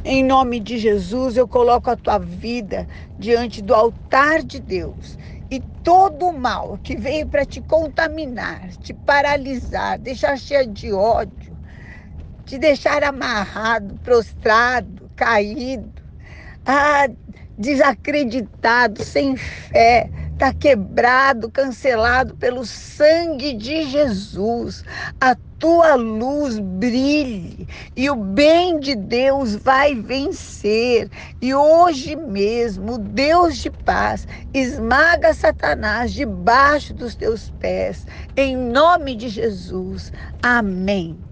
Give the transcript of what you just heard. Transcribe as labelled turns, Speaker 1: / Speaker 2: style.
Speaker 1: Em nome de Jesus, eu coloco a tua vida diante do altar de Deus. E todo o mal que veio para te contaminar, te paralisar, deixar cheia de ódio, te deixar amarrado, prostrado, caído, ah, desacreditado, sem fé, está quebrado, cancelado pelo sangue de Jesus. A tua luz brilhe e o bem de Deus vai vencer. E hoje mesmo, Deus de paz, esmaga Satanás debaixo dos teus pés. Em nome de Jesus. Amém.